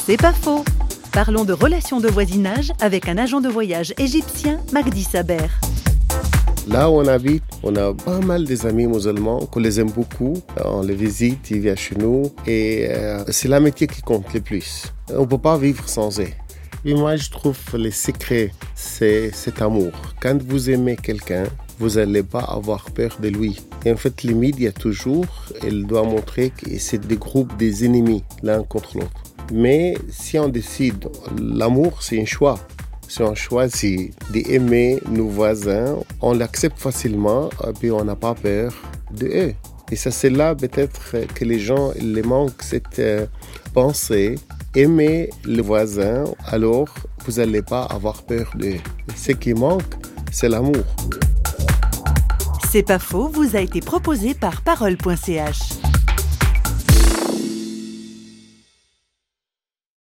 C'est pas faux. Parlons de relations de voisinage avec un agent de voyage égyptien, Magdi Saber. Là où on habite, on a pas mal des amis musulmans qu'on les aime beaucoup. On les visite, ils viennent chez nous et c'est l'amitié qui compte le plus. On ne peut pas vivre sans eux. Et moi, je trouve le secret, c'est cet amour. Quand vous aimez quelqu'un, vous n'allez pas avoir peur de lui. Et en fait, les médias, toujours, ils doivent montrer que c'est des groupes, des ennemis, l'un contre l'autre. Mais si on décide, l'amour, c'est un choix. Si on choisit d'aimer nos voisins, on l'accepte facilement et puis on n'a pas peur d'eux. Et ça, c'est là peut-être que les gens les manquent cette pensée. Aimer le voisin, alors vous n'allez pas avoir peur d'eux. Ce qui manque, c'est l'amour. C'est pas faux vous a été proposé par parole.ch.